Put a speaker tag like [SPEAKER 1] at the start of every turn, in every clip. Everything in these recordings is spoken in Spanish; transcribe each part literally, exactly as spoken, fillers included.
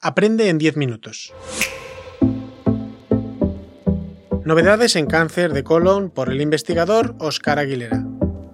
[SPEAKER 1] Aprende en diez minutos. Novedades en cáncer de colon por el investigador Óscar Aguilera.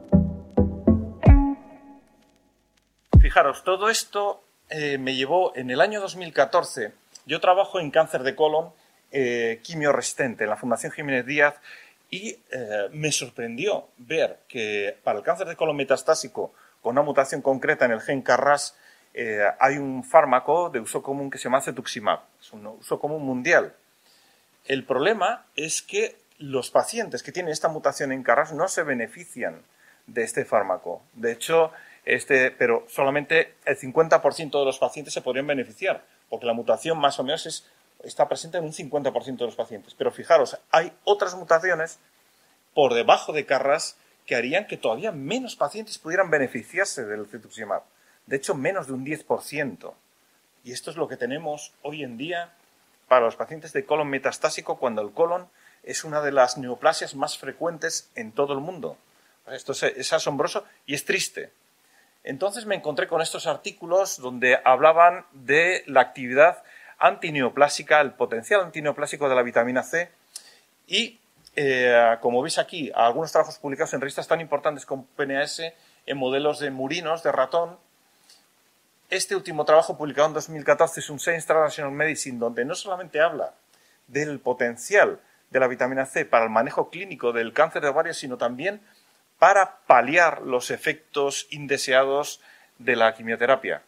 [SPEAKER 2] Fijaros, todo esto eh, me llevó en el año dos mil catorce. Yo trabajo en cáncer de colon eh, quimioresistente en la Fundación Jiménez Díaz y eh, me sorprendió ver que para el cáncer de colon metastásico con una mutación concreta en el gen K R A S eh, hay un fármaco de uso común que se llama cetuximab. Es un uso común mundial. El problema es que los pacientes que tienen esta mutación en K R A S no se benefician de este fármaco. De hecho, este, pero solamente el cincuenta por ciento de los pacientes se podrían beneficiar, porque la mutación más o menos es, está presente en un cincuenta por ciento de los pacientes. Pero fijaros, hay otras mutaciones por debajo de K R A S que harían que todavía menos pacientes pudieran beneficiarse del cetuximab. De hecho, menos de un diez por ciento. Y esto es lo que tenemos hoy en día para los pacientes de colon metastásico, cuando el colon es una de las neoplasias más frecuentes en todo el mundo. Esto es, es asombroso y es triste. Entonces me encontré con estos artículos donde hablaban de la actividad antineoplásica, el potencial antineoplásico de la vitamina C y, eh, como veis aquí, algunos trabajos publicados en revistas tan importantes como P N A S en modelos de murinos, de ratón. Este último trabajo publicado en dos mil catorce es un Science Translational Medicine, donde no solamente habla del potencial de la vitamina C para el manejo clínico del cáncer de ovario, sino también para paliar los efectos indeseados de la quimioterapia.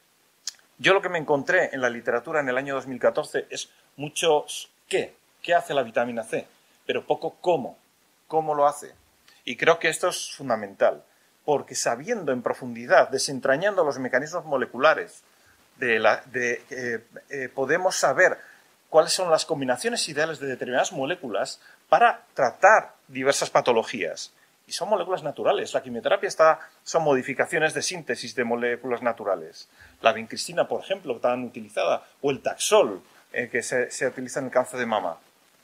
[SPEAKER 2] Yo lo que me encontré en la literatura en el año dos mil catorce es muchos qué, qué hace la vitamina C, pero poco cómo, cómo lo hace. Y creo que esto es fundamental, porque sabiendo en profundidad, desentrañando los mecanismos moleculares, de la, de, eh, eh, podemos saber cuáles son las combinaciones ideales de determinadas moléculas para tratar diversas patologías. Y son moléculas naturales. La quimioterapia está, son modificaciones de síntesis de moléculas naturales. La vincristina, por ejemplo, tan utilizada, o el Taxol, eh, que se, se utiliza en el cáncer de mama.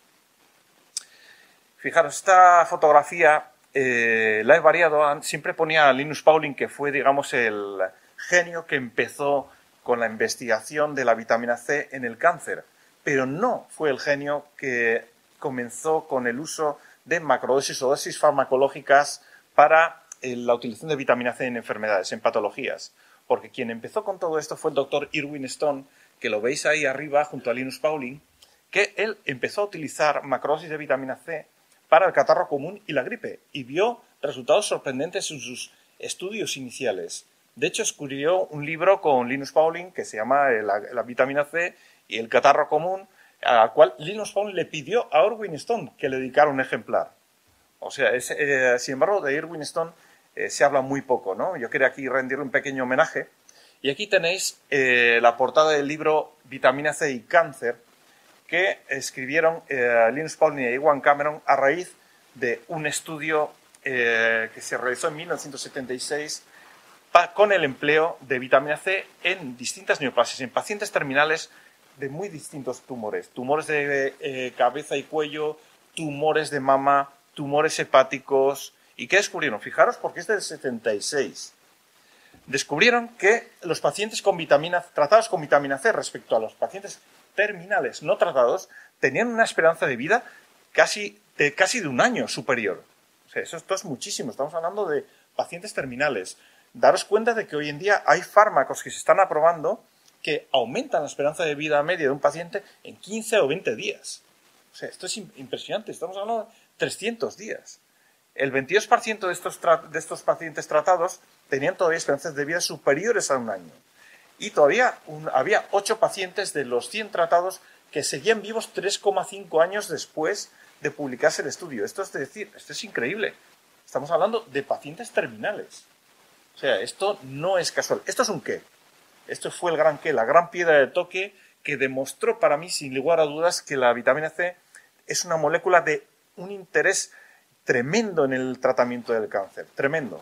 [SPEAKER 2] Fijaros, esta fotografía eh, la he variado. Siempre ponía a Linus Pauling, que fue, digamos, el genio que empezó con la investigación de la vitamina C en el cáncer. Pero no fue el genio que comenzó con el uso de macrodosis o dosis farmacológicas para eh, la utilización de vitamina C en enfermedades, en patologías. Porque quien empezó con todo esto fue el doctor Irwin Stone, que lo veis ahí arriba junto a Linus Pauling, que él empezó a utilizar macrodosis de vitamina C para el catarro común y la gripe, y vio resultados sorprendentes en sus estudios iniciales. De hecho, escribió un libro con Linus Pauling que se llama La, la vitamina C y el catarro común, al cual Linus Pauling le pidió a Irwin Stone que le dedicara un ejemplar. O sea, es, eh, sin embargo, de Irwin Stone eh, se habla muy poco, ¿no? Yo quería aquí rendirle un pequeño homenaje. Y aquí tenéis eh, la portada del libro Vitamina C y Cáncer, que escribieron eh, Linus Pauling y Ewan Cameron a raíz de un estudio eh, que se realizó en mil novecientos setenta y seis pa, con el empleo de vitamina C en distintas neoplasias, en pacientes terminales de muy distintos tumores, tumores de eh, cabeza y cuello, tumores de mama, tumores hepáticos. ¿Y qué descubrieron? Fijaros, porque es del setenta y seis. Descubrieron que los pacientes con vitamina, tratados con vitamina C respecto a los pacientes terminales no tratados tenían una esperanza de vida casi de, casi de un año superior. O sea, eso, esto es muchísimo. Estamos hablando de pacientes terminales. Daros cuenta de que hoy en día hay fármacos que se están aprobando que aumentan la esperanza de vida media de un paciente en quince o veinte días. O sea, esto es impresionante. Estamos hablando de trescientos días. El veintidós por ciento de estos, de estos pacientes tratados tenían todavía esperanzas de vida superiores a un año. Y todavía un, había ocho pacientes de los cien tratados que seguían vivos tres coma cinco años después de publicarse el estudio. Esto es decir, esto es increíble. Estamos hablando de pacientes terminales. O sea, esto no es casual. ¿Esto es un qué? Esto fue el gran qué, la gran piedra de toque que demostró para mí, sin lugar a dudas, que la vitamina C es una molécula de un interés tremendo en el tratamiento del cáncer. Tremendo.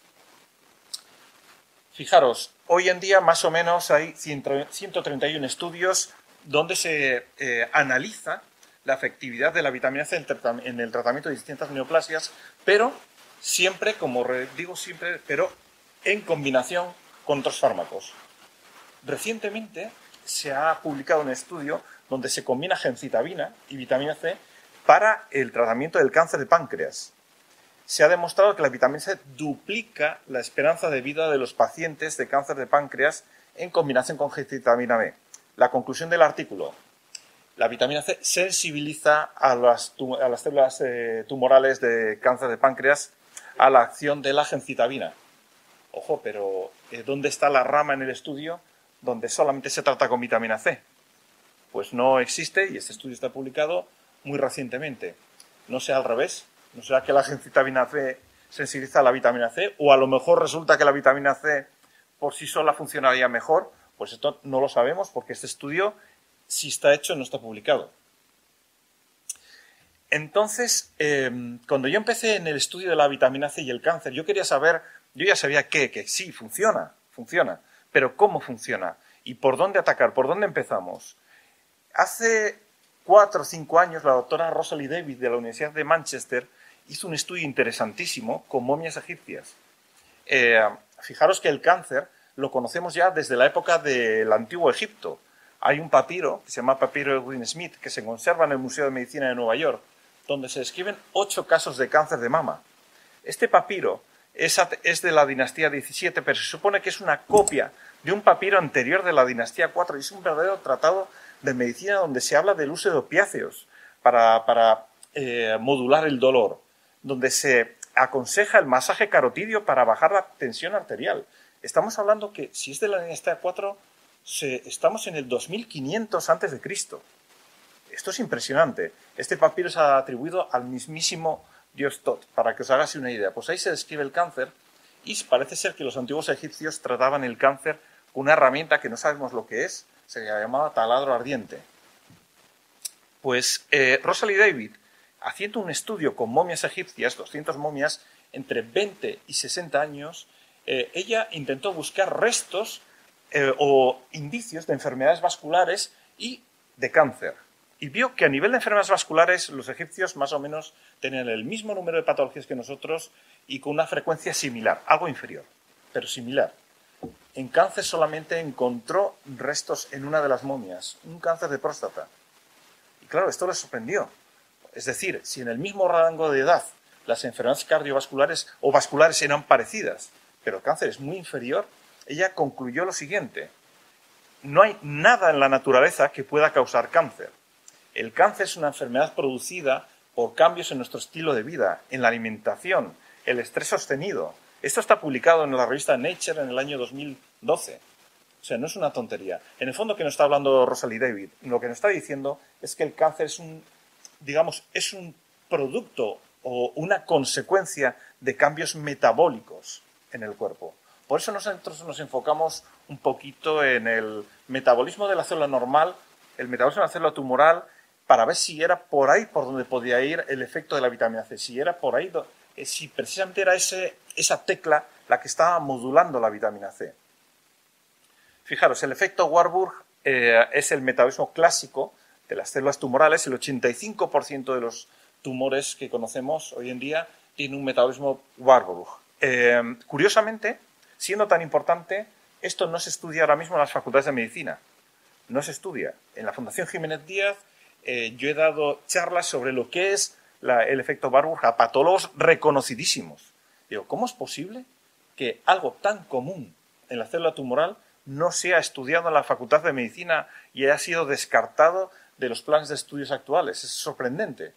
[SPEAKER 2] Fijaros, hoy en día más o menos hay ciento treinta y uno estudios donde se eh, analiza la efectividad de la vitamina C en el tratamiento de distintas neoplasias, pero siempre, como digo siempre, pero en combinación con otros fármacos. Recientemente se ha publicado un estudio donde se combina gencitabina y vitamina C para el tratamiento del cáncer de páncreas. Se ha demostrado que la vitamina C duplica la esperanza de vida de los pacientes de cáncer de páncreas en combinación con gencitabina B. La conclusión del artículo: la vitamina C sensibiliza a las, a las células eh, tumorales de cáncer de páncreas a la acción de la gencitabina. Ojo, pero eh, ¿dónde está la rama en el estudio donde solamente se trata con vitamina C? Pues no existe, y este estudio está publicado muy recientemente. No sea al revés, no será que la gencitabina C sensibiliza a la vitamina C, o a lo mejor resulta que la vitamina C por sí sola funcionaría mejor. Pues esto no lo sabemos, porque este estudio, si está hecho, no está publicado. Entonces, eh, cuando yo empecé en el estudio de la vitamina C y el cáncer, yo quería saber, yo ya sabía que, que sí, funciona, funciona, pero ¿cómo funciona? ¿Y por dónde atacar? ¿Por dónde empezamos? Hace cuatro o cinco años, la doctora Rosalie David de la Universidad de Manchester hizo un estudio interesantísimo con momias egipcias. Eh, fijaros que el cáncer lo conocemos ya desde la época del Antiguo Egipto. Hay un papiro, que se llama papiro Edwin Smith, que se conserva en el Museo de Medicina de Nueva York, donde se describen ocho casos de cáncer de mama. Este papiro es, es de la dinastía diecisiete, pero se supone que es una copia de un papiro anterior de la dinastía cuatro, y es un verdadero tratado de medicina donde se habla del uso de opiáceos para, para eh, modular el dolor, donde se aconseja el masaje carotidio para bajar la tensión arterial. Estamos hablando que, si es de la dinastía cuatro, se, estamos en el dos mil quinientos antes de Cristo. Esto es impresionante. Este papiro es atribuido al mismísimo dios Tot, para que os hagáis una idea. Pues ahí se describe el cáncer, y parece ser que los antiguos egipcios trataban el cáncer con una herramienta que no sabemos lo que es, se llamaba taladro ardiente. Pues eh, Rosalie David, haciendo un estudio con momias egipcias, doscientas momias, entre veinte y sesenta años, eh, ella intentó buscar restos eh, o indicios de enfermedades vasculares y de cáncer. Y vio que a nivel de enfermedades vasculares los egipcios más o menos tenían el mismo número de patologías que nosotros y con una frecuencia similar, algo inferior, pero similar. En cáncer solamente encontró restos en una de las momias, un cáncer de próstata. Y claro, esto le sorprendió. Es decir, si en el mismo rango de edad las enfermedades cardiovasculares o vasculares eran parecidas, pero el cáncer es muy inferior, ella concluyó lo siguiente: no hay nada en la naturaleza que pueda causar cáncer. El cáncer es una enfermedad producida por cambios en nuestro estilo de vida, en la alimentación, el estrés sostenido. Esto está publicado en la revista Nature en el año dos mil doce. O sea, no es una tontería. En el fondo, que nos está hablando Rosalie David, lo que nos está diciendo es que el cáncer es un, digamos, es un producto o una consecuencia de cambios metabólicos en el cuerpo. Por eso nosotros nos enfocamos un poquito en el metabolismo de la célula normal, el metabolismo de la célula tumoral, para ver si era por ahí por donde podía ir el efecto de la vitamina C, si era por ahí, si precisamente era ese, esa tecla la que estaba modulando la vitamina C. Fijaros, el efecto Warburg eh, es el metabolismo clásico de las células tumorales. El ochenta y cinco por ciento de los tumores que conocemos hoy en día tienen un metabolismo Warburg. Eh, curiosamente, siendo tan importante, esto no se estudia ahora mismo en las facultades de medicina. No se estudia. En la Fundación Jiménez Díaz eh, yo he dado charlas sobre lo que es la, el efecto Warburg a patólogos reconocidísimos. Digo, ¿cómo es posible que algo tan común en la célula tumoral no sea estudiado en la Facultad de Medicina y haya sido descartado de los planes de estudios actuales? Es sorprendente.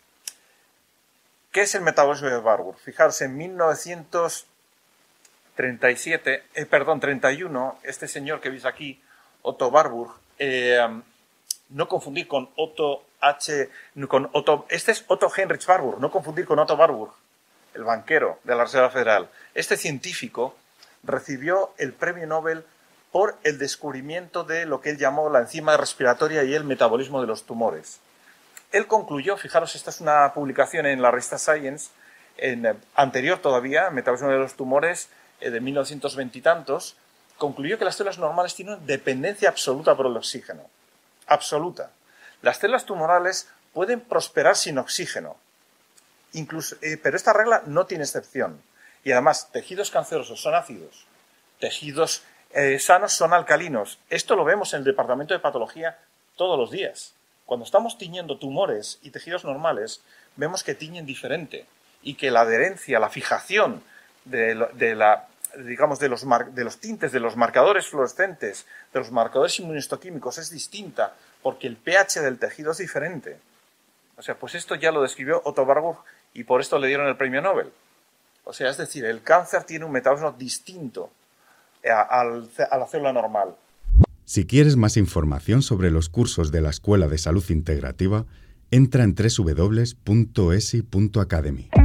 [SPEAKER 2] ¿Qué es el metabolismo de Warburg? Fijaros, en mil novecientos treinta y siete, eh, perdón, treinta y uno, este señor que veis aquí, Otto Warburg, eh, no confundir con Otto H, con Otto, este es Otto Heinrich Warburg, no confundir con Otto Warburg, el banquero de la Reserva Federal. Este científico recibió el premio Nobel por el descubrimiento de lo que él llamó la enzima respiratoria y el metabolismo de los tumores. Él concluyó, fijaros, esta es una publicación en la revista Science, en, eh, anterior todavía, Metabolismo de los tumores, eh, de mil novecientos veinte y tantos, concluyó que las células normales tienen dependencia absoluta por el oxígeno. Absoluta. Las células tumorales pueden prosperar sin oxígeno, incluso, eh, pero esta regla no tiene excepción. Y además, tejidos cancerosos son ácidos, tejidos eh, sanos son alcalinos. Esto lo vemos en el departamento de patología todos los días. Cuando estamos tiñendo tumores y tejidos normales, vemos que tiñen diferente y que la adherencia, la fijación de, de, la, digamos, de, los, mar, de los tintes, de los marcadores fluorescentes, de los marcadores inmunistoquímicos es distinta porque el pH del tejido es diferente. O sea, pues esto ya lo describió Otto Warburg y por esto le dieron el premio Nobel. O sea, es decir, el cáncer tiene un metabolismo distinto a, a, a la célula normal.
[SPEAKER 3] Si quieres más información sobre los cursos de la Escuela de Salud Integrativa, entra en doble u doble u doble u punto esi punto academy.